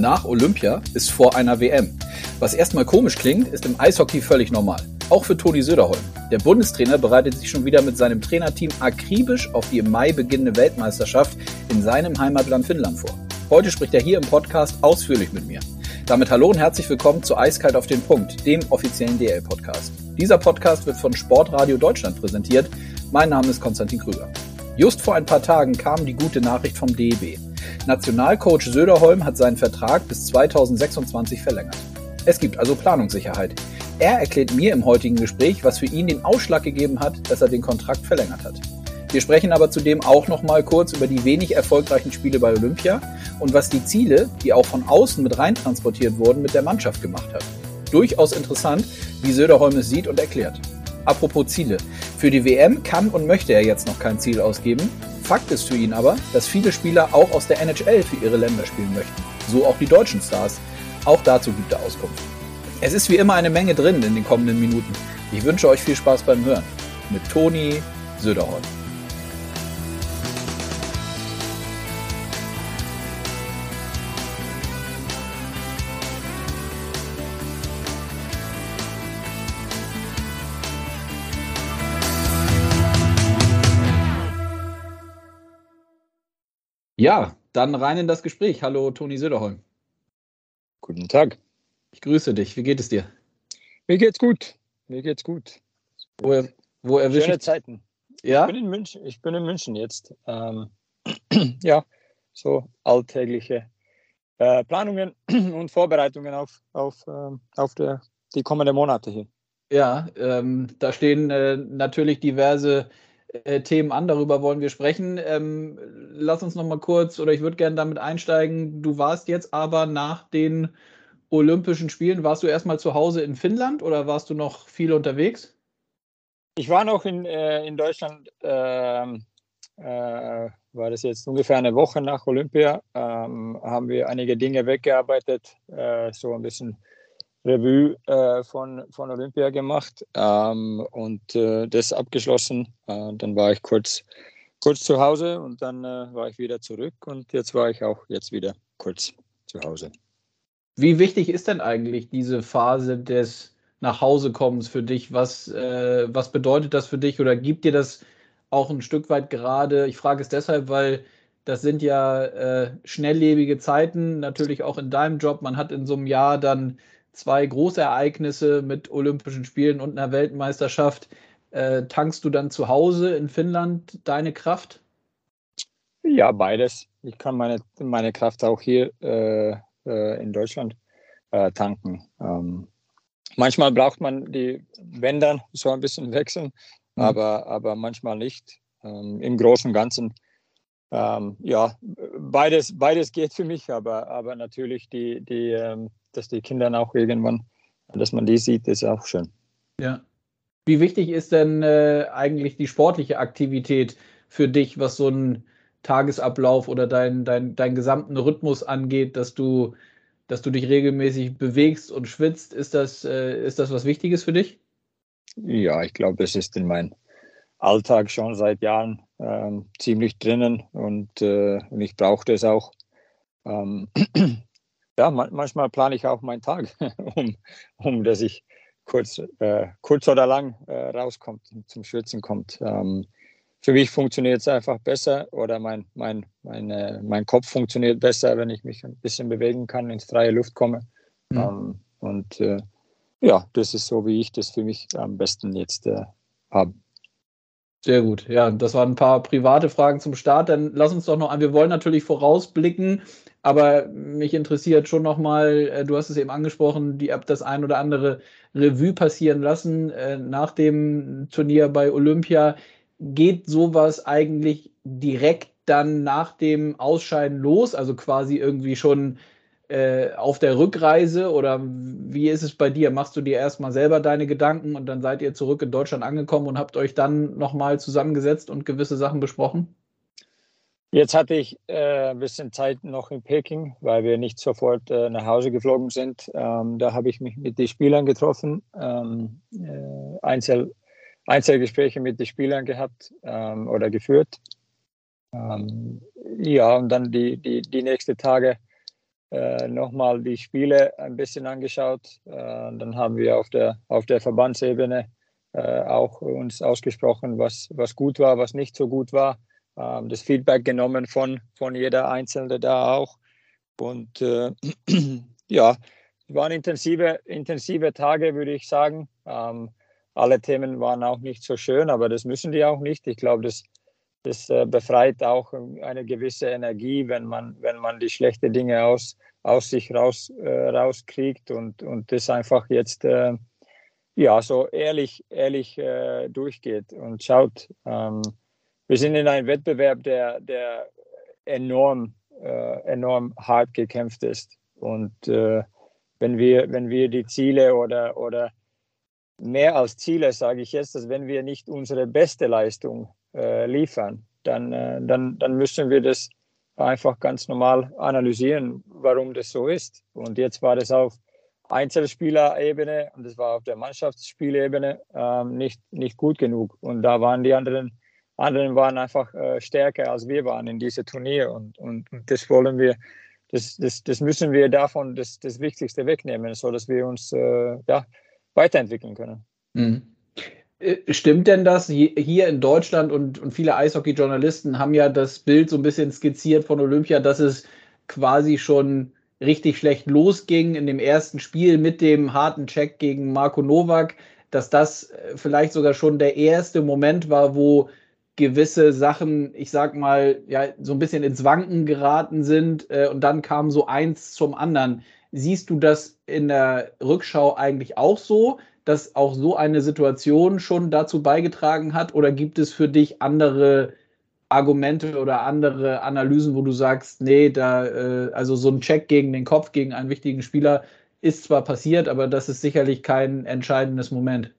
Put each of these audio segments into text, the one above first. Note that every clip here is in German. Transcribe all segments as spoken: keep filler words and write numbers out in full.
Nach Olympia ist vor einer W M. Was erstmal komisch klingt, ist im Eishockey völlig normal. Auch für Toni Söderholm. Der Bundestrainer bereitet sich schon wieder mit seinem Trainerteam akribisch auf die im Mai beginnende Weltmeisterschaft in seinem Heimatland Finnland vor. Heute spricht er hier im Podcast ausführlich mit mir. Damit hallo und herzlich willkommen zu Eiskalt auf den Punkt, dem offiziellen D L-Podcast. Dieser Podcast wird von Sportradio Deutschland präsentiert. Mein Name ist Konstantin Krüger. Just vor ein paar Tagen kam die gute Nachricht vom D E B. Nationalcoach Söderholm hat seinen Vertrag bis zweitausendsechsundzwanzig verlängert. Es gibt also Planungssicherheit. Er erklärt mir im heutigen Gespräch, was für ihn den Ausschlag gegeben hat, dass er den Kontrakt verlängert hat. Wir sprechen aber zudem auch noch mal kurz über die wenig erfolgreichen Spiele bei Olympia und was die Ziele, die auch von außen mit rein transportiert wurden, mit der Mannschaft gemacht hat. Durchaus interessant, wie Söderholm es sieht und erklärt. Apropos Ziele. Für die W M kann und möchte er jetzt noch kein Ziel ausgeben. Fakt ist für ihn aber, dass viele Spieler auch aus der N H L für ihre Länder spielen möchten. So auch die deutschen Stars. Auch dazu gibt er Auskunft. Es ist wie immer eine Menge drin in den kommenden Minuten. Ich wünsche euch viel Spaß beim Hören. Mit Toni Söderholm. Ja, dann rein in das Gespräch. Hallo Toni Söderholm. Guten Tag. Ich grüße dich. Wie geht es dir? Mir geht's gut. Mir geht's gut. Wo, er, wo erwische Schöne ich? Zeiten. Ja? Ich bin in München. Ich bin in München jetzt. Ähm, ja, so alltägliche äh, Planungen und Vorbereitungen auf, auf, ähm, auf der, die kommenden Monate hier. Ja, ähm, da stehen äh, natürlich diverse äh, Themen an, darüber wollen wir sprechen. Ähm, lass uns noch mal kurz, oder ich würde gerne damit einsteigen, du warst jetzt aber nach den Olympischen Spielen, warst du erstmal zu Hause in Finnland oder warst du noch viel unterwegs? Ich war noch in, äh, in Deutschland, ähm, äh, war das jetzt ungefähr eine Woche nach Olympia, ähm, haben wir einige Dinge weggearbeitet, äh, so ein bisschen Revue äh, von, von Olympia gemacht ähm, und äh, das abgeschlossen. Äh, dann war ich kurz, kurz zu Hause und dann äh, war ich wieder zurück und jetzt war ich auch jetzt wieder kurz zu Hause. Wie wichtig ist denn eigentlich diese Phase des Nachhausekommens für dich? Was, äh, was bedeutet das für dich oder gibt dir das auch ein Stück weit gerade? Ich frage es deshalb, weil das sind ja äh, schnelllebige Zeiten, natürlich auch in deinem Job. Man hat in so einem Jahr dann zwei große Ereignisse mit Olympischen Spielen und einer Weltmeisterschaft. Äh, tankst du dann zu Hause in Finnland deine Kraft? Ja, beides. Ich kann meine, meine Kraft auch hier äh, äh, in Deutschland äh, tanken. Ähm, manchmal braucht man die Bänder so ein bisschen wechseln, Mhm. aber, aber manchmal nicht. Ähm, Im Großen und Ganzen, ähm, ja, beides, beides geht für mich, aber, aber natürlich, die, die, ähm, dass die Kinder auch irgendwann, dass man die sieht, ist auch schön. Ja. Wie wichtig ist denn äh, eigentlich die sportliche Aktivität für dich, was so einen Tagesablauf oder deinen dein, dein gesamten Rhythmus angeht, dass du, dass du dich regelmäßig bewegst und schwitzt? Ist das, äh, ist das was Wichtiges für dich? Ja, ich glaube, das ist in meinem Alltag schon seit Jahren ähm, ziemlich drinnen und, äh, und ich brauche das auch. Ähm, ja, man, manchmal plane ich auch meinen Tag, um, um dass ich kurz, äh, kurz oder lang äh, rauskommt, zum Schwitzen kommt. Ähm, für mich funktioniert es einfach besser oder mein, mein, meine, mein Kopf funktioniert besser, wenn ich mich ein bisschen bewegen kann, ins freie Luft komme. Hm. Ähm, und äh, ja, das ist so, wie ich das für mich am besten jetzt äh, habe. Sehr gut. Ja, das waren ein paar private Fragen zum Start. Dann lass uns doch noch an. Wir wollen natürlich vorausblicken, aber mich interessiert schon noch mal, äh, du hast es eben angesprochen, die ab das ein oder andere Revue passieren lassen äh, nach dem Turnier bei Olympia. Geht sowas eigentlich direkt dann nach dem Ausscheiden los? Also quasi irgendwie schon äh, auf der Rückreise oder wie ist es bei dir? Machst du dir erstmal selber deine Gedanken und dann seid ihr zurück in Deutschland angekommen und habt euch dann nochmal zusammengesetzt und gewisse Sachen besprochen? Jetzt hatte ich äh, ein bisschen Zeit noch in Peking, weil wir nicht sofort äh, nach Hause geflogen sind. Ähm, da habe ich mich mit den Spielern getroffen, ähm, äh, Einzel, Einzelgespräche mit den Spielern gehabt ähm, oder geführt. Ähm, ja, und dann die, die, die nächsten Tage äh, nochmal die Spiele ein bisschen angeschaut. Äh, dann haben wir auf der, auf der Verbandsebene äh, auch uns ausgesprochen, was, was gut war, was nicht so gut war. Ähm, das Feedback genommen von, von jeder Einzelne da auch. Und äh, ja, es waren intensive, intensive Tage, würde ich sagen. Ähm, alle Themen waren auch nicht so schön, aber das müssen die auch nicht. Ich glaube, das, das äh, befreit auch eine gewisse Energie, wenn man, wenn man die schlechten Dinge aus, aus sich raus, äh, rauskriegt und, und das einfach jetzt äh, ja, so ehrlich, ehrlich äh, durchgeht und schaut. Ähm, wir sind in einem Wettbewerb, der, der enorm, äh, enorm hart gekämpft ist. Und äh, wenn wir, wenn wir die Ziele oder, oder mehr als Ziele, sage ich jetzt, dass wenn wir nicht unsere beste Leistung äh, liefern, dann, äh, dann, dann müssen wir das einfach ganz normal analysieren, warum das so ist. Und jetzt war das auf Einzelspielerebene und das war auf der Mannschaftsspielebene ähm, nicht, nicht gut genug. Und da waren die anderen, anderen waren einfach äh, stärker als wir waren in diesem Turnier. Und, und, und das wollen wir, das, das, das müssen wir davon das, das Wichtigste wegnehmen, sodass wir uns äh, ja, weiterentwickeln können. Mhm. Stimmt denn das? Hier in Deutschland und, und viele Eishockey-Journalisten haben ja das Bild so ein bisschen skizziert von Olympia, dass es quasi schon richtig schlecht losging in dem ersten Spiel mit dem harten Check gegen Marko Novak, dass das vielleicht sogar schon der erste Moment war, wo gewisse Sachen, ich sag mal, ja, so ein bisschen ins Wanken geraten sind äh, und dann kam so eins zum anderen. Siehst du das in der Rückschau eigentlich auch so, dass auch so eine Situation schon dazu beigetragen hat? Oder gibt es für dich andere Argumente oder andere Analysen, wo du sagst, nee, da, äh, also so ein Check gegen den Kopf, gegen einen wichtigen Spieler ist zwar passiert, aber das ist sicherlich kein entscheidendes Moment.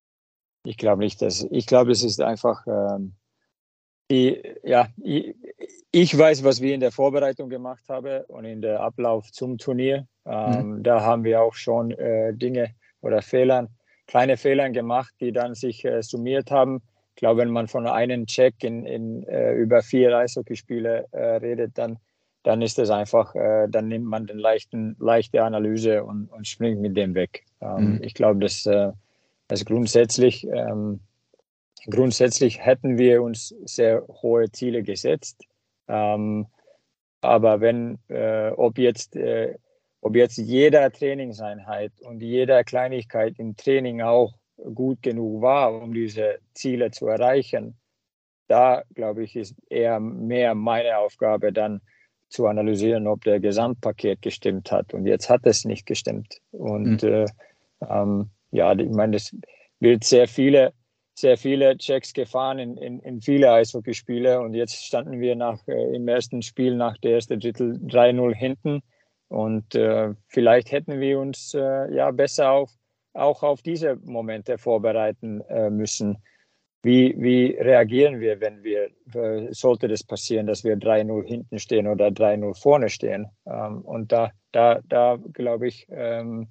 Ich glaube nicht, dass, ich glaube, es ist einfach, ähm, die, ja, ich, ich weiß, was wir in der Vorbereitung gemacht haben und in der Ablauf zum Turnier. Ähm, mhm. Da haben wir auch schon äh, Dinge oder Fehlern, kleine Fehler gemacht, die dann sich äh, summiert haben. Ich glaube, wenn man von einem Check in, in äh, über vier Eishockeyspiele äh, redet, dann, dann ist es einfach, äh, dann nimmt man den leichten, leichte Analyse und, und springt mit dem weg. Ähm, mhm. Ich glaube, dass, äh, dass grundsätzlich ähm, Grundsätzlich hätten wir uns sehr hohe Ziele gesetzt. Ähm, aber wenn, äh, ob jetzt, äh, ob jetzt jeder Trainingseinheit und jeder Kleinigkeit im Training auch gut genug war, um diese Ziele zu erreichen, da glaube ich, ist eher mehr meine Aufgabe dann zu analysieren, ob der Gesamtpaket gestimmt hat. Und jetzt hat es nicht gestimmt. Und mhm. äh, ähm, ja, ich meine, das wird sehr viele sehr viele Checks gefahren in, in, in viele Eishockeyspiele und jetzt standen wir nach, äh, im ersten Spiel nach der ersten Drittel drei null hinten und äh, vielleicht hätten wir uns äh, ja besser auf, auch auf diese Momente vorbereiten äh, müssen. Wie, wie reagieren wir, wenn wir, äh, sollte das passieren, dass wir drei null hinten stehen oder drei null vorne stehen? Ähm, und da, da, da glaube ich, ähm,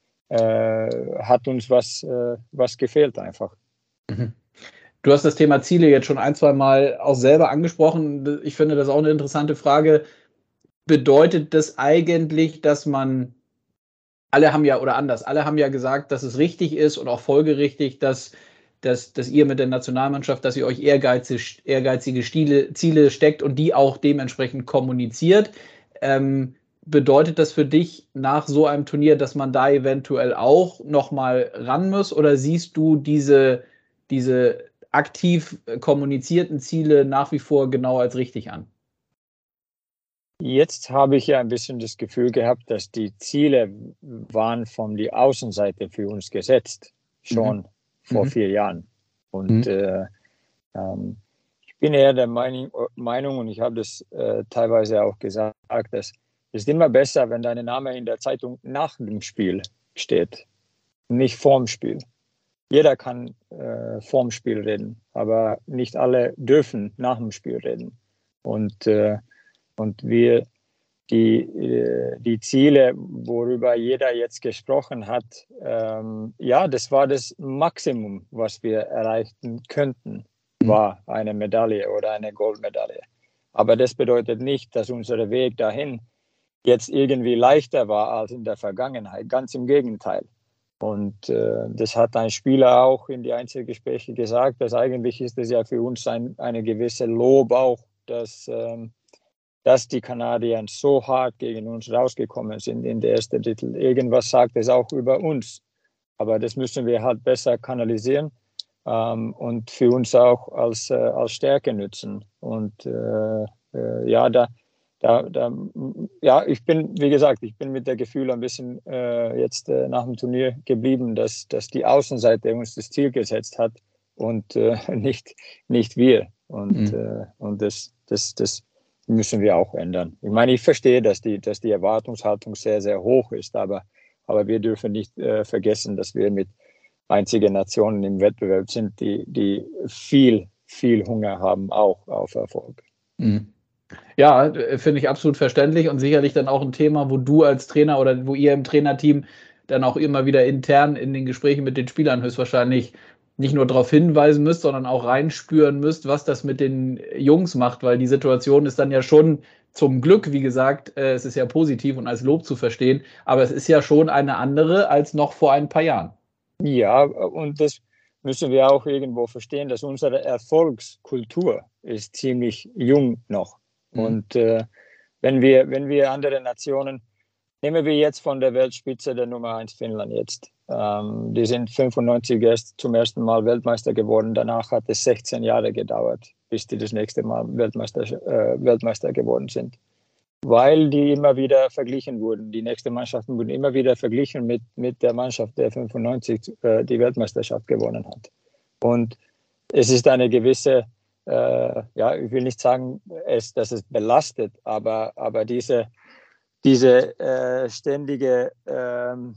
äh, hat uns was, äh, was gefehlt einfach. Du hast das Thema Ziele jetzt schon ein, zwei Mal auch selber angesprochen. Ich finde das auch eine interessante Frage. Bedeutet das eigentlich, dass man, alle haben ja, oder anders, alle haben ja gesagt, dass es richtig ist und auch folgerichtig, dass, dass, dass ihr mit der Nationalmannschaft, dass ihr euch ehrgeizig, ehrgeizige Stile, Ziele steckt und die auch dementsprechend kommuniziert. Ähm, bedeutet das für dich nach so einem Turnier, dass man da eventuell auch nochmal ran muss? Oder siehst du diese, diese aktiv kommunizierten Ziele nach wie vor genau als richtig an? Jetzt habe ich ja ein bisschen das Gefühl gehabt, dass die Ziele waren von der Außenseite für uns gesetzt, schon mhm. vor mhm. vier Jahren. Und mhm. äh, ähm, ich bin eher der Meinung, Meinung und ich habe das äh, teilweise auch gesagt, dass es ist immer besser, wenn dein Name in der Zeitung nach dem Spiel steht, nicht vorm Spiel. Jeder kann äh, vorm Spiel reden, aber nicht alle dürfen nach dem Spiel reden. Und, äh, und wir, die, die Ziele, worüber jeder jetzt gesprochen hat, ähm, ja, das war das Maximum, was wir erreichen könnten, war eine Medaille oder eine Goldmedaille. Aber das bedeutet nicht, dass unser Weg dahin jetzt irgendwie leichter war als in der Vergangenheit. Ganz im Gegenteil. Und äh, das hat ein Spieler auch in die Einzelgespräche gesagt, dass eigentlich ist es ja für uns ein eine gewisse Lob auch, dass, ähm, dass die Kanadier so hart gegen uns rausgekommen sind in der ersten Drittel. Irgendwas sagt es auch über uns. Aber das müssen wir halt besser kanalisieren ähm, und für uns auch als, äh, als Stärke nutzen. Und äh, äh, ja, da, da, da, ja, ich bin, wie gesagt, ich bin mit der Gefühl ein bisschen äh, jetzt äh, nach dem Turnier geblieben, dass, dass die Außenseite uns das Ziel gesetzt hat und äh, nicht, nicht wir. Und, mhm. äh, und das, das, das müssen wir auch ändern. Ich meine, ich verstehe, dass die, dass die Erwartungshaltung sehr, sehr hoch ist, aber, aber wir dürfen nicht äh, vergessen, dass wir mit einzigen Nationen im Wettbewerb sind, die, die viel, viel Hunger haben, auch auf Erfolg. Mhm. Ja, finde ich absolut verständlich und sicherlich dann auch ein Thema, wo du als Trainer oder wo ihr im Trainerteam dann auch immer wieder intern in den Gesprächen mit den Spielern höchstwahrscheinlich nicht nur darauf hinweisen müsst, sondern auch reinspüren müsst, was das mit den Jungs macht, weil die Situation ist dann ja schon zum Glück, wie gesagt, äh, es ist ja positiv und als Lob zu verstehen, aber es ist ja schon eine andere als noch vor ein paar Jahren. Ja, und das müssen wir auch irgendwo verstehen, dass unsere Erfolgskultur ist ziemlich jung noch. Mhm. Und äh, wenn wir, wenn wir andere Nationen, nehmen wir jetzt von der Weltspitze der Nummer eins Finnland jetzt. Ähm, die sind fünfundneunzig erst zum ersten Mal Weltmeister geworden. Danach hat es sechzehn Jahre gedauert, bis die das nächste Mal Weltmeister, äh, Weltmeister geworden sind. Weil die immer wieder verglichen wurden. Die nächsten Mannschaften wurden immer wieder verglichen mit, mit der Mannschaft, der fünfundneunzig äh, die Weltmeisterschaft gewonnen hat. Und es ist eine gewisse, äh, ja, ich will nicht sagen, es, dass es belastet, aber, aber diese, diese äh, ständige, ähm,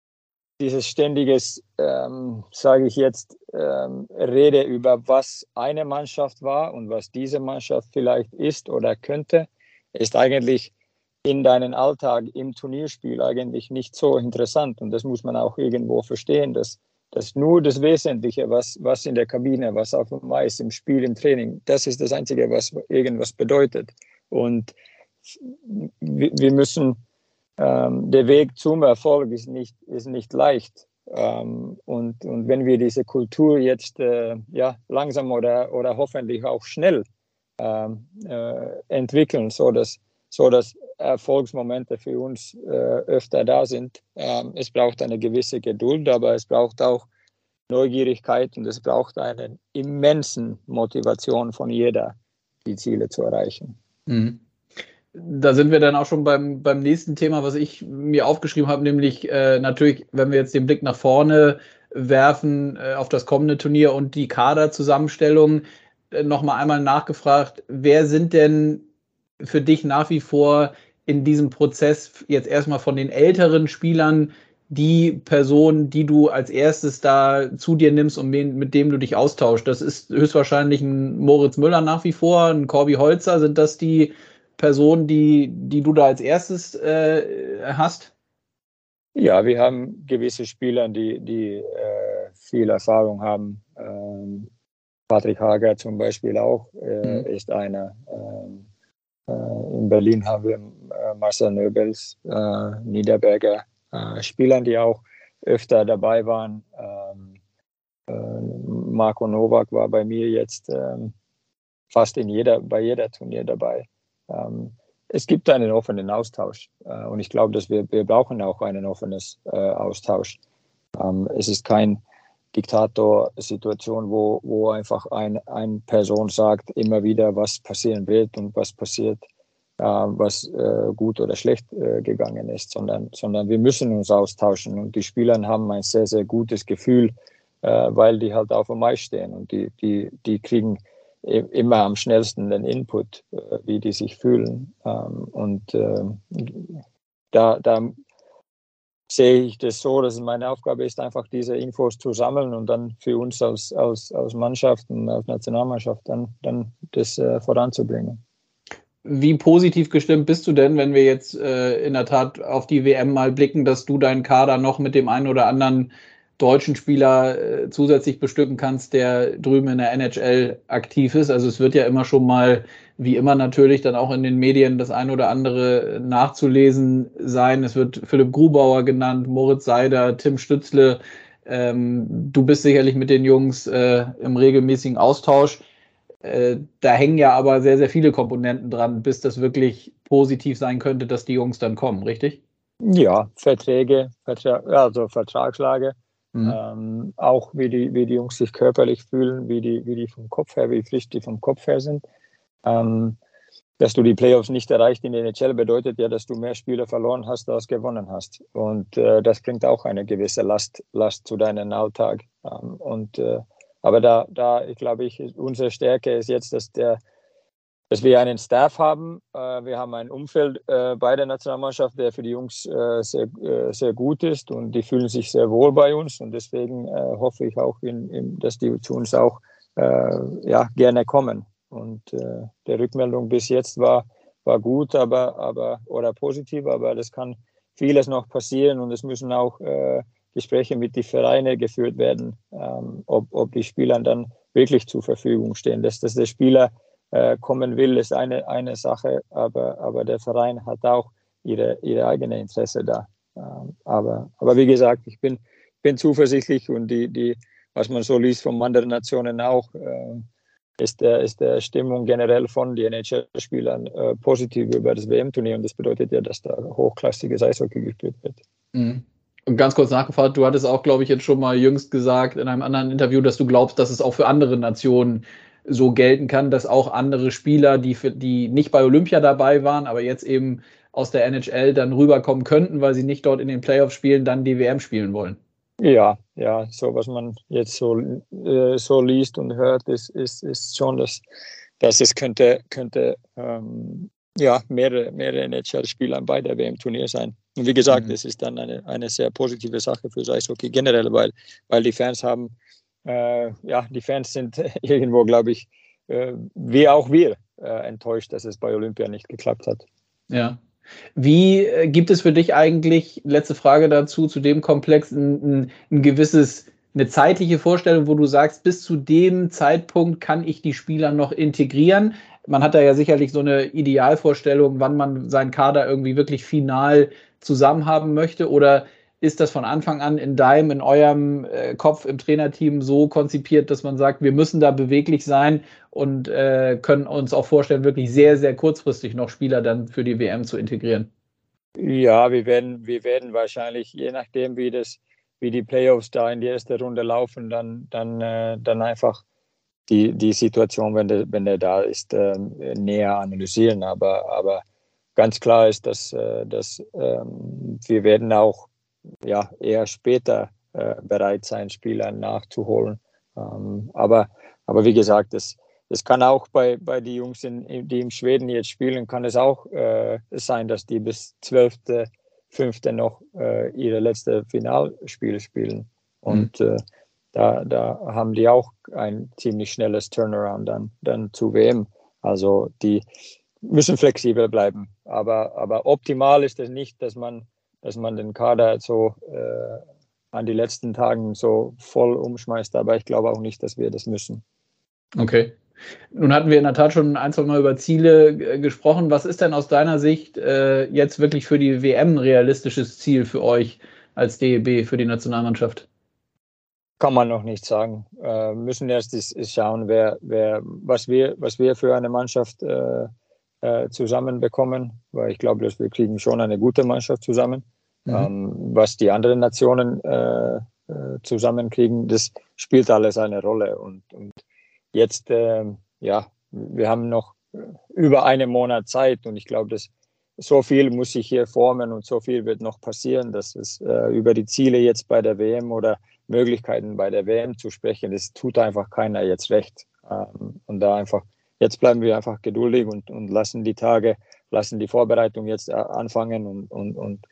dieses ständiges, ähm, sage ich jetzt, ähm, Rede über, was eine Mannschaft war und was diese Mannschaft vielleicht ist oder könnte, ist eigentlich in deinen Alltag im Turnierspiel eigentlich nicht so interessant. Und das muss man auch irgendwo verstehen, dass, dass nur das Wesentliche, was, was in der Kabine, was auf dem Eis, im Spiel, im Training, das ist das Einzige, was irgendwas bedeutet. Und wir müssen, ähm, der Weg zum Erfolg ist nicht, ist nicht leicht. Ähm, und, und wenn wir diese Kultur jetzt äh, ja, langsam oder, oder hoffentlich auch schnell ähm, äh, entwickeln, so dass, so dass Erfolgsmomente für uns äh, öfter da sind. Ähm, es braucht eine gewisse Geduld, aber es braucht auch Neugierigkeit und es braucht eine immense Motivation von jeder, die Ziele zu erreichen. Mhm. Da sind wir dann auch schon beim, beim nächsten Thema, was ich mir aufgeschrieben habe, nämlich äh, natürlich, wenn wir jetzt den Blick nach vorne werfen äh, auf das kommende Turnier und die Kaderzusammenstellung, äh, nochmal einmal nachgefragt, wer sind denn für dich nach wie vor in diesem Prozess jetzt erstmal von den älteren Spielern die Person, die du als erstes da zu dir nimmst und mit dem du dich austauschst? Das ist höchstwahrscheinlich ein Moritz Müller nach wie vor, ein Corby Holzer. Sind das die Personen, die, die du da als erstes äh, hast? Ja, wir haben gewisse Spieler, die, die äh, viel Erfahrung haben. Ähm, Patrick Hager zum Beispiel auch äh, mhm. ist einer. Ähm, äh, in Berlin haben wir äh, Marcel Nöbels, äh, Niederberger, äh, Spieler, die auch öfter dabei waren. Ähm, äh, Marco Nowak war bei mir jetzt ähm, fast in jeder, bei jeder Turnier dabei. Ähm, es gibt einen offenen Austausch äh, und ich glaube, dass wir, wir brauchen auch einen offenen äh, Austausch. Ähm, es ist kein Diktator-Situation, wo, wo einfach ein, eine Person sagt immer wieder, was passieren wird und was passiert, äh, was äh, gut oder schlecht äh, gegangen ist, sondern, sondern wir müssen uns austauschen und die Spieler haben ein sehr, sehr gutes Gefühl, äh, weil die halt auf dem Eis stehen und die, die, die kriegen immer am schnellsten den Input, äh, wie die sich fühlen. Ähm, und äh, da, da sehe ich das so, dass meine Aufgabe ist, einfach diese Infos zu sammeln und dann für uns als, als, als Mannschaft und als Nationalmannschaft dann, dann das äh, voranzubringen. Wie positiv gestimmt bist du denn, wenn wir jetzt äh, in der Tat auf die W M mal blicken, dass du deinen Kader noch mit dem einen oder anderen deutschen Spieler äh, zusätzlich bestücken kannst, der drüben in der N H L aktiv ist. Also es wird ja immer schon mal, wie immer natürlich, dann auch in den Medien das ein oder andere nachzulesen sein. Es wird Philipp Grubauer genannt, Moritz Seider, Tim Stützle. Ähm, du bist sicherlich mit den Jungs äh, im regelmäßigen Austausch. Äh, da hängen ja aber sehr, sehr viele Komponenten dran, bis das wirklich positiv sein könnte, dass die Jungs dann kommen, richtig? Ja, Verträge, Vertra also Vertragslage, Mhm. ähm, auch wie die, wie die Jungs sich körperlich fühlen, wie die, wie die vom Kopf her, wie frisch die vom Kopf her sind. Ähm, dass du die Playoffs nicht erreicht in der N H L, bedeutet ja, dass du mehr Spiele verloren hast, als gewonnen hast. Und äh, das bringt auch eine gewisse Last, Last zu deinem Alltag. Ähm, und, äh, aber da, da ich glaube ich, unsere Stärke ist jetzt, dass, der, dass wir einen Staff haben. Äh, wir haben ein Umfeld äh, bei der Nationalmannschaft, der für die Jungs äh, sehr, äh, sehr gut ist und die fühlen sich sehr wohl bei uns. Und deswegen äh, hoffe ich auch, in, in, dass die zu uns auch äh, ja, gerne kommen. Und äh, die Rückmeldung bis jetzt war, war gut, aber, aber oder positiv, aber das kann vieles noch passieren und es müssen auch äh, Gespräche mit den Vereinen geführt werden, ähm, ob, ob die Spieler dann wirklich zur Verfügung stehen. Dass, dass der Spieler äh, kommen will, ist eine, eine Sache, aber, aber der Verein hat auch ihre, ihre eigene Interesse da. Ähm, aber, aber wie gesagt, ich bin, bin zuversichtlich und die, die, was man so liest von anderen Nationen auch, äh, ist der, ist der Stimmung generell von den N H L-Spielern äh, positiv über das W M-Turnier und das bedeutet ja, dass da hochklassiges Eishockey gespielt wird. Mhm. Und ganz kurz nachgefragt, du hattest auch, glaube ich, jetzt schon mal jüngst gesagt in einem anderen Interview, dass du glaubst, dass es auch für andere Nationen so gelten kann, dass auch andere Spieler, die, für, die nicht bei Olympia dabei waren, aber jetzt eben aus der N H L dann rüberkommen könnten, weil sie nicht dort in den Playoffs spielen, dann die W M spielen wollen. Ja, ja, so was man jetzt so, äh, so liest und hört, ist, ist, ist schon, dass, dass es könnte, könnte ähm, ja, mehrere, mehrere N H L-Spieler bei der W M-Turnier sein. Und wie gesagt, mhm. es ist dann eine, eine sehr positive Sache für das Eishockey generell, weil, weil die Fans haben, äh, ja, die Fans sind irgendwo, glaube ich, äh, wie auch wir, äh, enttäuscht, dass es bei Olympia nicht geklappt hat. Ja. Wie äh, gibt es für dich eigentlich, letzte Frage dazu, zu dem Komplex, ein, ein, ein gewisses, eine zeitliche Vorstellung, wo du sagst, bis zu dem Zeitpunkt kann ich die Spieler noch integrieren? Man hat da ja sicherlich so eine Idealvorstellung, wann man seinen Kader irgendwie wirklich final zusammen haben möchte, oder ist das von Anfang an in deinem, in eurem äh, Kopf im Trainerteam so konzipiert, dass man sagt, wir müssen da beweglich sein und äh, können uns auch vorstellen, wirklich sehr, sehr kurzfristig noch Spieler dann für die W M zu integrieren? Ja, wir werden, wir werden wahrscheinlich, je nachdem, wie das, wie die Playoffs da in die erste Runde laufen, dann, dann, äh, dann einfach die, die Situation, wenn der, wenn der da ist, äh, näher analysieren. Aber, aber ganz klar ist, dass, äh, dass ähm, wir werden auch ja, eher später äh, bereit sein, Spieler nachzuholen. Ähm, aber, aber wie gesagt, das, das kann auch bei, bei den Jungs, in, die in Schweden jetzt spielen, kann es auch äh, sein, dass die bis zwölfte fünfte noch äh, ihre letzte Finalspiel spielen. Und mhm. äh, da, da haben die auch ein ziemlich schnelles Turnaround dann, dann zu W M. Also die müssen flexibel bleiben. Aber, aber optimal ist es nicht, dass man, dass man den Kader so äh, an die letzten Tagen so voll umschmeißt. Aber ich glaube auch nicht, dass wir das müssen. Okay. Nun hatten wir in der Tat schon ein, zwei Mal über Ziele äh, gesprochen. Was ist denn aus deiner Sicht äh, jetzt wirklich für die W M ein realistisches Ziel für euch als D E B, für die Nationalmannschaft? Kann man noch nicht sagen. Äh, müssen erst ist, ist schauen, wer, wer, was, wir, was wir für eine Mannschaft äh, äh, zusammenbekommen, weil ich glaube, dass wir kriegen schon eine gute Mannschaft zusammen. Mhm. Ähm, was die anderen Nationen äh, äh, zusammenkriegen, das spielt alles eine Rolle. Und, und jetzt, äh, ja, wir haben noch über einen Monat Zeit und ich glaube, dass so viel muss sich hier formen und so viel wird noch passieren, dass es äh, über die Ziele jetzt bei der W M oder Möglichkeiten bei der W M zu sprechen, das tut einfach keiner jetzt recht. Ähm, und da einfach, jetzt bleiben wir einfach geduldig und, und lassen die Tage, lassen die Vorbereitung jetzt anfangen und, und, und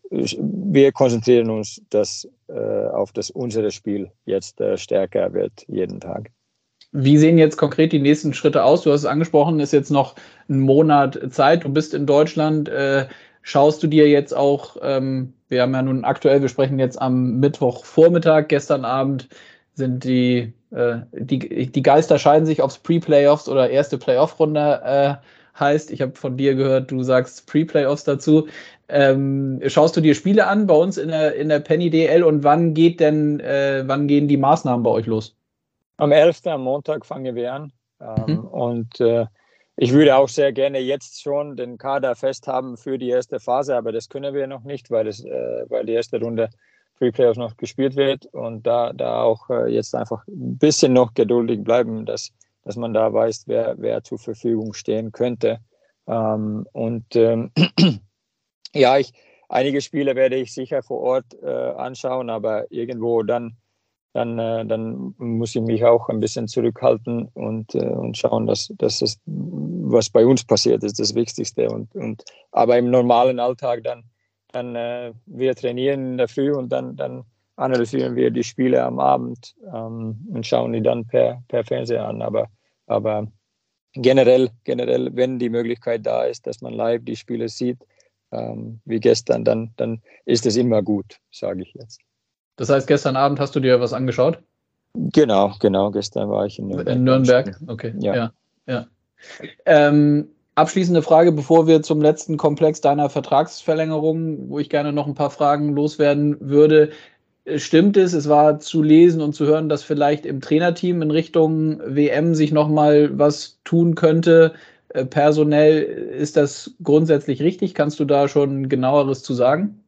wir konzentrieren uns das, äh, auf das unsere Spiel jetzt äh, stärker wird jeden Tag. Wie sehen jetzt konkret die nächsten Schritte aus? Du hast es angesprochen, ist jetzt noch ein Monat Zeit. Du bist in Deutschland. Äh, schaust du dir jetzt auch ähm, wir haben ja nun aktuell, wir sprechen jetzt am Mittwochvormittag, gestern Abend sind die, äh, die, die Geister scheiden sich, ob es Pre-Playoffs oder erste Playoff-Runde äh, heißt. Ich habe von dir gehört, du sagst Pre-Playoffs dazu. Ähm, schaust du dir Spiele an bei uns in der, in der Penny D L und wann geht denn, äh, wann gehen die Maßnahmen bei euch los? Am elften am Montag fangen wir an. Ähm, mhm. Und äh, ich würde auch sehr gerne jetzt schon den Kader festhaben für die erste Phase, aber das können wir noch nicht, weil, es, äh, weil die erste Runde Pre-Playoffs noch gespielt wird und da, da auch äh, jetzt einfach ein bisschen noch geduldig bleiben, dass, dass man da weiß, wer, wer zur Verfügung stehen könnte. Ähm, und ähm, ja, ich, einige Spiele werde ich sicher vor Ort äh, anschauen, aber irgendwo dann, dann, äh, dann muss ich mich auch ein bisschen zurückhalten und, äh, und schauen, dass, dass das, was bei uns passiert, ist das Wichtigste. Und, und, aber im normalen Alltag dann, dann äh, wir trainieren in der Früh und dann, dann analysieren wir die Spiele am Abend ähm, und schauen die dann per, per Fernseher an. Aber, aber generell, generell, wenn die Möglichkeit da ist, dass man live die Spiele sieht, ähm, wie gestern, dann, dann ist es immer gut, sage ich jetzt. Das heißt, gestern Abend hast du dir was angeschaut? Genau, genau. Gestern war ich in Nürnberg. In Nürnberg, okay. Ja. ja, ja. Ähm, abschließende Frage, bevor wir zum letzten Komplex deiner Vertragsverlängerung, wo ich gerne noch ein paar Fragen loswerden würde. Stimmt es, es war zu lesen und zu hören, dass vielleicht im Trainerteam in Richtung W M sich nochmal was tun könnte? Äh, personell, ist das grundsätzlich richtig? Kannst du da schon genaueres zu sagen?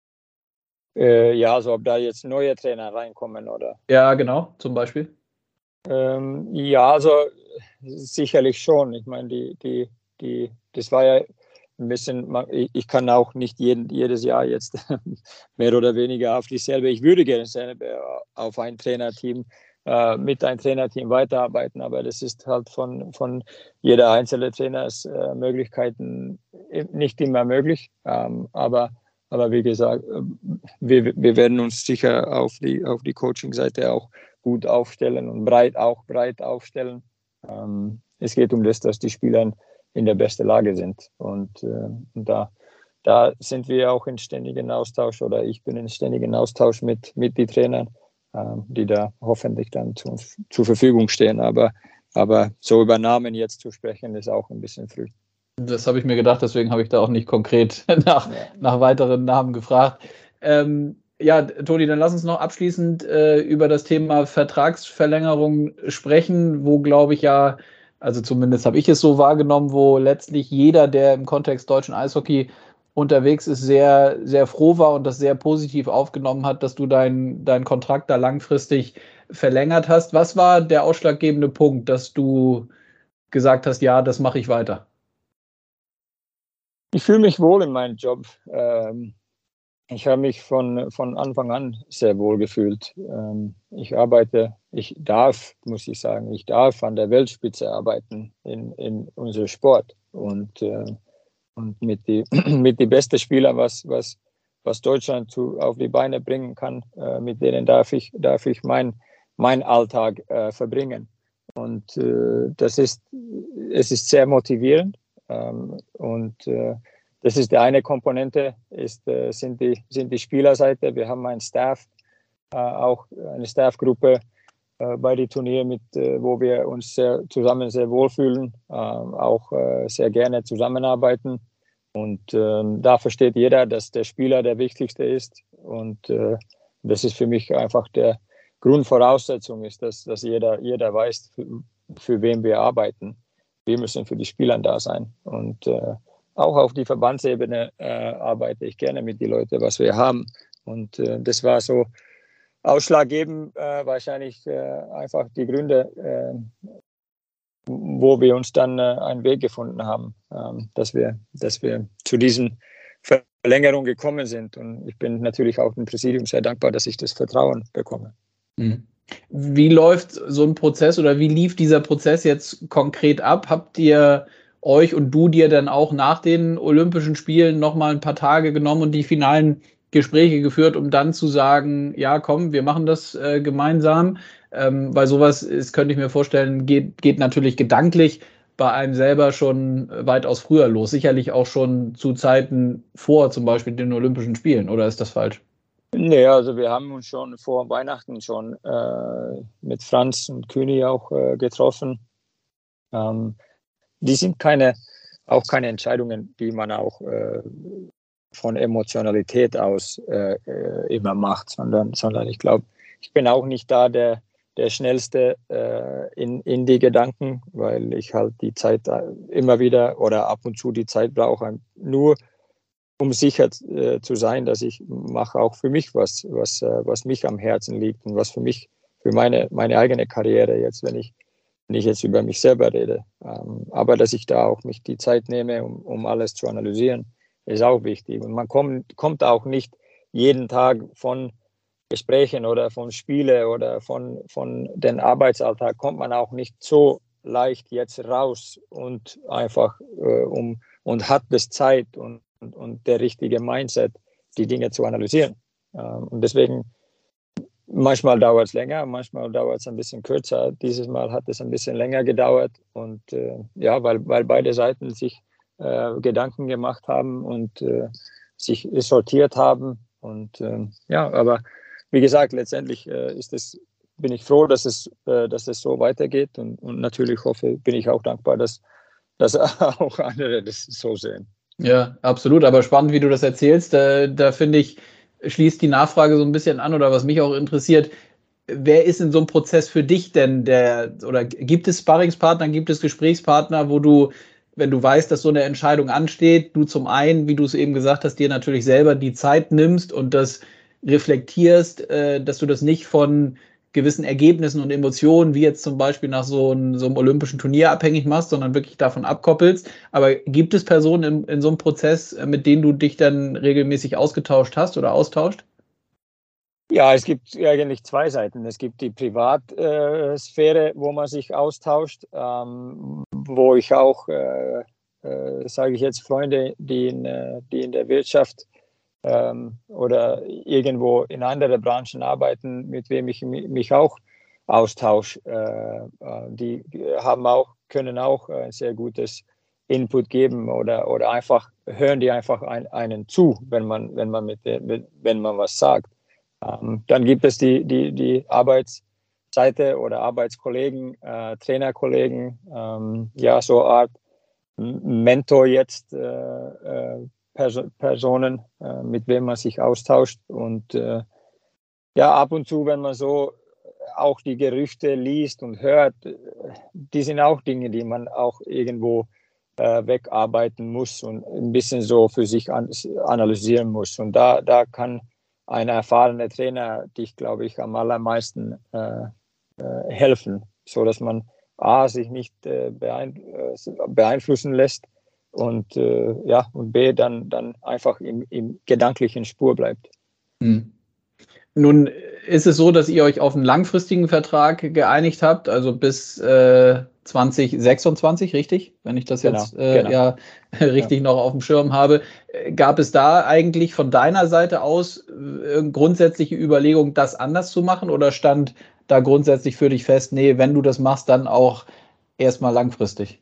Äh, ja, also ob da jetzt neue Trainer reinkommen, oder? Ja, genau, zum Beispiel. Ähm, ja, also sicherlich schon. Ich meine, die, die, die, das war ja ein bisschen, ich kann auch nicht jeden, jedes Jahr jetzt mehr oder weniger auf dieselbe, ich würde gerne selber auf ein Trainerteam, äh, mit einem Trainerteam weiterarbeiten, aber das ist halt von, von jeder einzelnen Trainers äh, Möglichkeiten nicht immer möglich. Ähm, aber, aber wie gesagt, wir, wir werden uns sicher auf die, auf die Coaching-Seite auch gut aufstellen und breit auch breit aufstellen. Ähm, es geht um das, dass die Spieler in der besten Lage sind. Und, äh, und da, da sind wir auch in ständigen Austausch oder ich bin in ständigen Austausch mit, mit den Trainern, äh, die da hoffentlich dann zu uns zur Verfügung stehen. Aber, aber so über Namen jetzt zu sprechen, ist auch ein bisschen früh. Das habe ich mir gedacht, deswegen habe ich da auch nicht konkret nach, ja. nach weiteren Namen gefragt. Ähm, ja, Toni, dann lass uns noch abschließend äh, über das Thema Vertragsverlängerung sprechen, wo, glaube ich, ja, also zumindest habe ich es so wahrgenommen, wo letztlich jeder, der im Kontext deutschen Eishockey unterwegs ist, sehr, sehr froh war und das sehr positiv aufgenommen hat, dass du deinen dein Kontrakt da langfristig verlängert hast. Was war der ausschlaggebende Punkt, dass du gesagt hast, ja, das mache ich weiter? Ich fühle mich wohl in meinem Job. Ähm, ich habe mich von, von Anfang an sehr wohl gefühlt. Ähm, ich arbeite, ich darf, muss ich sagen, ich darf an der Weltspitze arbeiten in, in unserem Sport. Und, äh, und mit den mit die besten Spielern, was, was, was Deutschland zu, auf die Beine bringen kann, äh, mit denen darf ich, darf ich mein, mein Alltag äh, verbringen. Und äh, das ist, es ist sehr motivierend. Ähm, und äh, das ist die eine Komponente, ist, äh, sind, die, sind die Spielerseite. Wir haben einen Staff, äh, auch eine Staffgruppe äh, bei den Turnieren, mit, äh, wo wir uns sehr, zusammen sehr wohlfühlen, äh, auch äh, sehr gerne zusammenarbeiten. Und äh, da versteht jeder, dass der Spieler der Wichtigste ist. Und äh, das ist für mich einfach der Grundvoraussetzung, ist, dass, dass jeder, jeder weiß, für, für wen wir arbeiten. Wir müssen für die Spieler da sein. Und äh, auch auf die Verbandsebene äh, arbeite ich gerne mit den Leuten, was wir haben. Und äh, das war so ausschlaggebend, äh, wahrscheinlich äh, einfach die Gründe, äh, wo wir uns dann äh, einen Weg gefunden haben, äh, dass wir, dass wir zu diesen Verlängerungen gekommen sind. Und ich bin natürlich auch dem Präsidium sehr dankbar, dass ich das Vertrauen bekomme. Mhm. Wie läuft so ein Prozess oder wie lief dieser Prozess jetzt konkret ab? Habt ihr euch und du dir dann auch nach den Olympischen Spielen nochmal ein paar Tage genommen und die finalen Gespräche geführt, um dann zu sagen, ja komm, wir machen das äh, gemeinsam? Ähm, weil sowas ist, könnte ich mir vorstellen, geht, geht natürlich gedanklich bei einem selber schon weitaus früher los. Sicherlich auch schon zu Zeiten vor zum Beispiel den Olympischen Spielen, oder ist das falsch? Nee, also wir haben uns schon vor Weihnachten schon äh, mit Franz und Kühni auch äh, getroffen. Ähm, die sind keine, auch keine Entscheidungen, die man auch äh, von Emotionalität aus äh, immer macht, sondern, sondern ich glaube, ich bin auch nicht da der, der Schnellste äh, in, in die Gedanken, weil ich halt die Zeit immer wieder oder ab und zu die Zeit brauche, nur um sicher äh, zu sein, dass ich mache auch für mich was, was, äh, was mich am Herzen liegt und was für mich, für meine, meine eigene Karriere jetzt, wenn ich, wenn ich jetzt über mich selber rede. Ähm, aber dass ich da auch mich die Zeit nehme, um, um alles zu analysieren, ist auch wichtig. Und man kommt, kommt auch nicht jeden Tag von Gesprächen oder von Spielen oder von, von den Arbeitsalltag, kommt man auch nicht so leicht jetzt raus und einfach äh, um, und hat das Zeit und Und, und der richtige Mindset, die Dinge zu analysieren. Ähm, und deswegen, manchmal dauert es länger, manchmal dauert es ein bisschen kürzer. Dieses Mal hat es ein bisschen länger gedauert. Und äh, ja, weil, weil beide Seiten sich äh, Gedanken gemacht haben und äh, sich sortiert haben. Und äh, ja, aber wie gesagt, letztendlich äh, ist es, bin ich froh, dass es, äh, dass es so weitergeht. Und, und natürlich hoffe, bin ich auch dankbar, dass, dass auch andere das so sehen. Ja, absolut. Aber spannend, wie du das erzählst. Da, da finde ich, schließt die Nachfrage so ein bisschen an, oder was mich auch interessiert. Wer ist in so einem Prozess für dich denn der, oder gibt es Sparringspartner, gibt es Gesprächspartner, wo du, wenn du weißt, dass so eine Entscheidung ansteht, du zum einen, wie du es eben gesagt hast, dir natürlich selber die Zeit nimmst und das reflektierst, äh, dass du das nicht von gewissen Ergebnissen und Emotionen, wie jetzt zum Beispiel nach so einem, so einem olympischen Turnier abhängig machst, sondern wirklich davon abkoppelst. Aber gibt es Personen in, in so einem Prozess, mit denen du dich dann regelmäßig ausgetauscht hast oder austauscht? Ja, es gibt eigentlich zwei Seiten. Es gibt die Privatsphäre, wo man sich austauscht, ähm, wo ich auch, äh, äh, sage ich jetzt, Freunde, die in, äh, die in der Wirtschaft ähm, oder irgendwo in anderen Branchen arbeiten, mit wem ich mich auch austausche. Äh, die haben auch, können auch ein sehr gutes Input geben oder, oder einfach hören die einfach ein, einen zu, wenn man, wenn man mit, wenn man was sagt. Ähm, dann gibt es die, die, die Arbeitsseite oder Arbeitskollegen, äh, Trainerkollegen, ähm, ja, so eine Art Mentor jetzt, äh, äh, Perso- Personen, äh, mit wem man sich austauscht. Und äh, ja, ab und zu, wenn man so auch die Gerüchte liest und hört, die sind auch Dinge, die man auch irgendwo äh, wegarbeiten muss und ein bisschen so für sich an, analysieren muss. Und da, da kann ein erfahrener Trainer dich, glaube ich, am allermeisten äh, äh, helfen, so dass man A, sich nicht äh, beeinflussen lässt und, äh, ja, und B, dann, dann einfach im, im gedanklichen Spur bleibt. Hm. Nun ist es so, dass ihr euch auf einen langfristigen Vertrag geeinigt habt, also bis äh, zwanzig sechsundzwanzig, richtig? Wenn ich das Genau, jetzt äh, genau. ja richtig ja. noch auf dem Schirm habe. Gab es da eigentlich von deiner Seite aus äh, grundsätzliche Überlegung, das anders zu machen, oder stand da grundsätzlich für dich fest, nee, wenn du das machst, dann auch erstmal langfristig?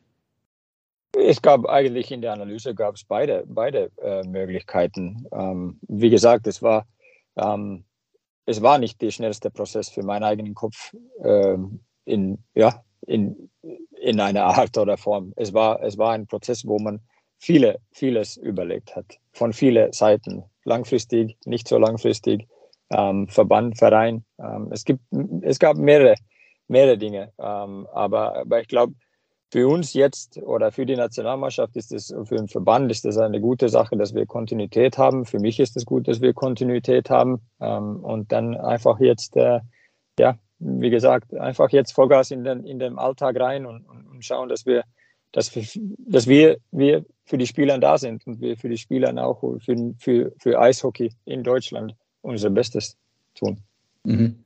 Es gab eigentlich in der Analyse gab es beide, beide äh, Möglichkeiten. Ähm, wie gesagt, es war ähm, es war nicht der schnellste Prozess für meinen eigenen Kopf äh, in, ja, in, in einer Art oder Form. Es war, es war ein Prozess, wo man viele, vieles überlegt hat, von vielen Seiten, langfristig, nicht so langfristig, ähm, Verband, Verein. Ähm, es, gibt, es gab mehrere, mehrere Dinge, ähm, aber, aber ich glaube, für uns jetzt oder für die Nationalmannschaft ist es, für den Verband ist das eine gute Sache, dass wir Kontinuität haben. Für mich ist es gut, dass wir Kontinuität haben. Ähm, und dann einfach jetzt, äh, ja, wie gesagt, einfach jetzt Vollgas in den, in den Alltag rein und, und schauen, dass wir, dass wir, dass wir, wir für die Spieler da sind und wir für die Spieler auch für, für, für Eishockey in Deutschland unser Bestes tun. Mhm.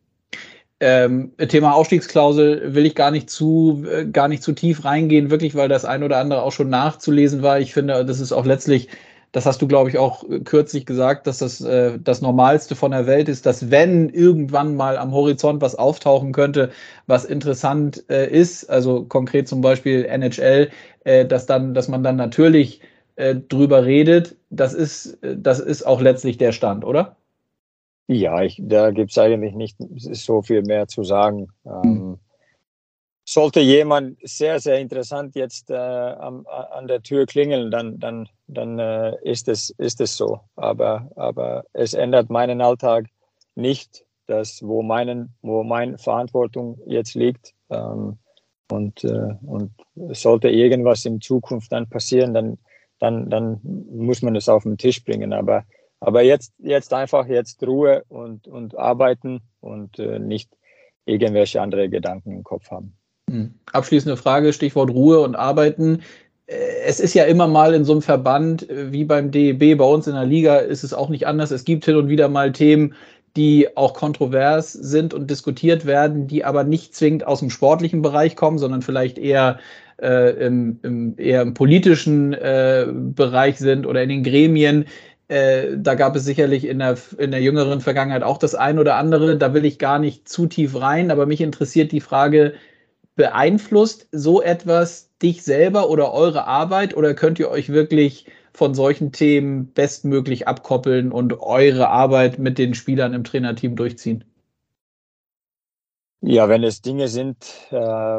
Ähm, Thema Ausstiegsklausel will ich gar nicht zu, äh, gar nicht zu tief reingehen, wirklich, weil das ein oder andere auch schon nachzulesen war. Ich finde, das ist auch letztlich das hast du, glaube ich, auch kürzlich gesagt, dass das äh, das Normalste von der Welt ist, dass wenn irgendwann mal am Horizont was auftauchen könnte, was interessant äh, ist, also konkret zum Beispiel N H L, äh, dass dann, dass man dann natürlich äh, drüber redet. Das ist, das ist auch letztlich der Stand, oder? Ja, ich, da gibt es eigentlich nicht so viel mehr zu sagen. Hm. Ähm, sollte jemand sehr, sehr interessant jetzt äh, am, an der Tür klingeln, dann, dann, dann äh, ist, es, ist es so. Aber, aber es ändert meinen Alltag nicht, dass, wo, meinen, wo meine Verantwortung jetzt liegt. Ähm, und, äh, und sollte irgendwas in Zukunft dann passieren, dann, dann, dann muss man es auf den Tisch bringen. Aber, aber jetzt, jetzt einfach jetzt Ruhe und, und arbeiten und äh, nicht irgendwelche andere Gedanken im Kopf haben. Abschließende Frage, Stichwort Ruhe und Arbeiten. Es ist ja immer mal in so einem Verband wie beim D E B, bei uns in der Liga ist es auch nicht anders. Es gibt hin und wieder mal Themen, die auch kontrovers sind und diskutiert werden, die aber nicht zwingend aus dem sportlichen Bereich kommen, sondern vielleicht eher, äh, im, im, eher im politischen äh, Bereich sind oder in den Gremien. Äh, da gab es sicherlich in der, in der jüngeren Vergangenheit auch das ein oder andere. Da will ich gar nicht zu tief rein, aber mich interessiert die Frage, beeinflusst so etwas dich selber oder eure Arbeit oder könnt ihr euch wirklich von solchen Themen bestmöglich abkoppeln und eure Arbeit mit den Spielern im Trainerteam durchziehen? Ja, wenn es Dinge sind, äh,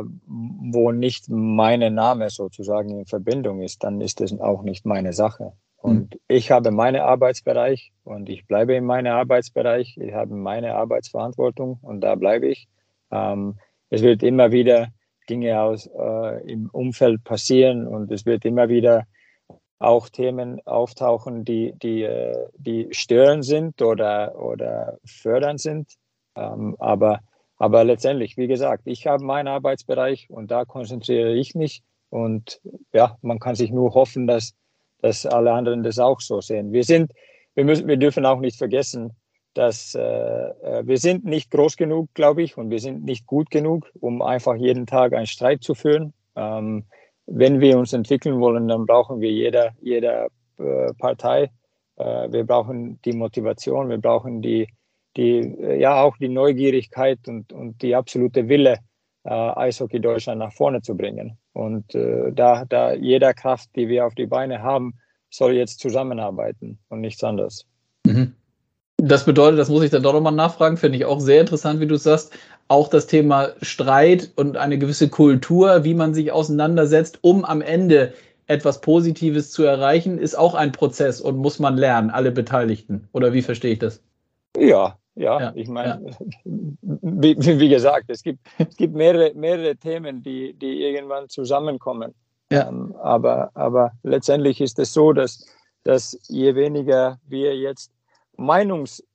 wo nicht mein Name sozusagen in Verbindung ist, dann ist das auch nicht meine Sache. Und mhm. ich habe meinen Arbeitsbereich und ich bleibe in meinem Arbeitsbereich. Ich habe meine Arbeitsverantwortung und da bleibe ich. Ähm, es wird immer wieder Dinge aus, äh, im Umfeld passieren und es wird immer wieder auch Themen auftauchen, die, die, äh, die störend sind oder, oder fördernd sind. Ähm, aber, aber letztendlich, wie gesagt, ich habe meinen Arbeitsbereich und da konzentriere ich mich. Und ja, man kann sich nur hoffen, dass, dass alle anderen das auch so sehen. Wir sind, wir müssen, wir dürfen auch nicht vergessen, dass äh, wir sind nicht groß genug, glaube ich, und wir sind nicht gut genug, um einfach jeden Tag einen Streit zu führen. Ähm, wenn wir uns entwickeln wollen, dann brauchen wir jeder, jeder äh, Partei. Äh, wir brauchen die Motivation, wir brauchen die, die, äh, ja auch die Neugierigkeit und, und die absolute Wille, äh, Eishockey Deutschland nach vorne zu bringen. Und äh, da, da jeder Kraft, die wir auf die Beine haben, soll jetzt zusammenarbeiten und nichts anderes. Mhm. Das bedeutet, das muss ich dann doch nochmal nachfragen, finde ich auch sehr interessant, wie du es sagst, auch das Thema Streit und eine gewisse Kultur, wie man sich auseinandersetzt, um am Ende etwas Positives zu erreichen, ist auch ein Prozess und muss man lernen, alle Beteiligten. Oder wie verstehe ich das? Ja, ja, ja ich meine, ja. wie, wie gesagt, es gibt, es gibt mehrere, mehrere Themen, die, die irgendwann zusammenkommen. Ja. Ähm, aber, aber letztendlich ist es so, dass, dass je weniger wir jetzt Meinungs,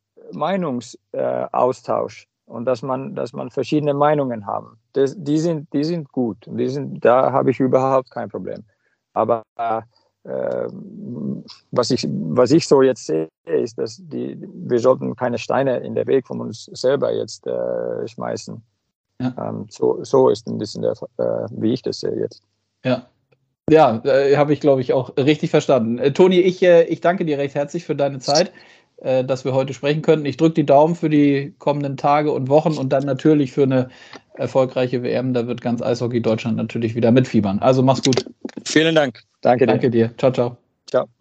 Meinungsaustausch äh, und dass man, dass man verschiedene Meinungen haben. Das, die, sind, die sind gut. Die sind, da habe ich überhaupt kein Problem. Aber äh, was, ich, was ich so jetzt sehe, ist, dass die, wir sollten keine Steine in den Weg von uns selber jetzt äh, schmeißen. Ja. Ähm, so, so ist ein bisschen der, äh, wie ich das sehe jetzt. Ja. Ja, äh, habe ich, glaube ich, auch richtig verstanden. Äh, Toni, ich, äh, ich danke dir recht herzlich für deine Zeit, äh, dass wir heute sprechen könnten. Ich drücke die Daumen für die kommenden Tage und Wochen und dann natürlich für eine erfolgreiche W M. Da wird ganz Eishockey Deutschland natürlich wieder mitfiebern. Also mach's gut. Vielen Dank. Danke dir. Danke dir. Ciao, ciao. Ciao.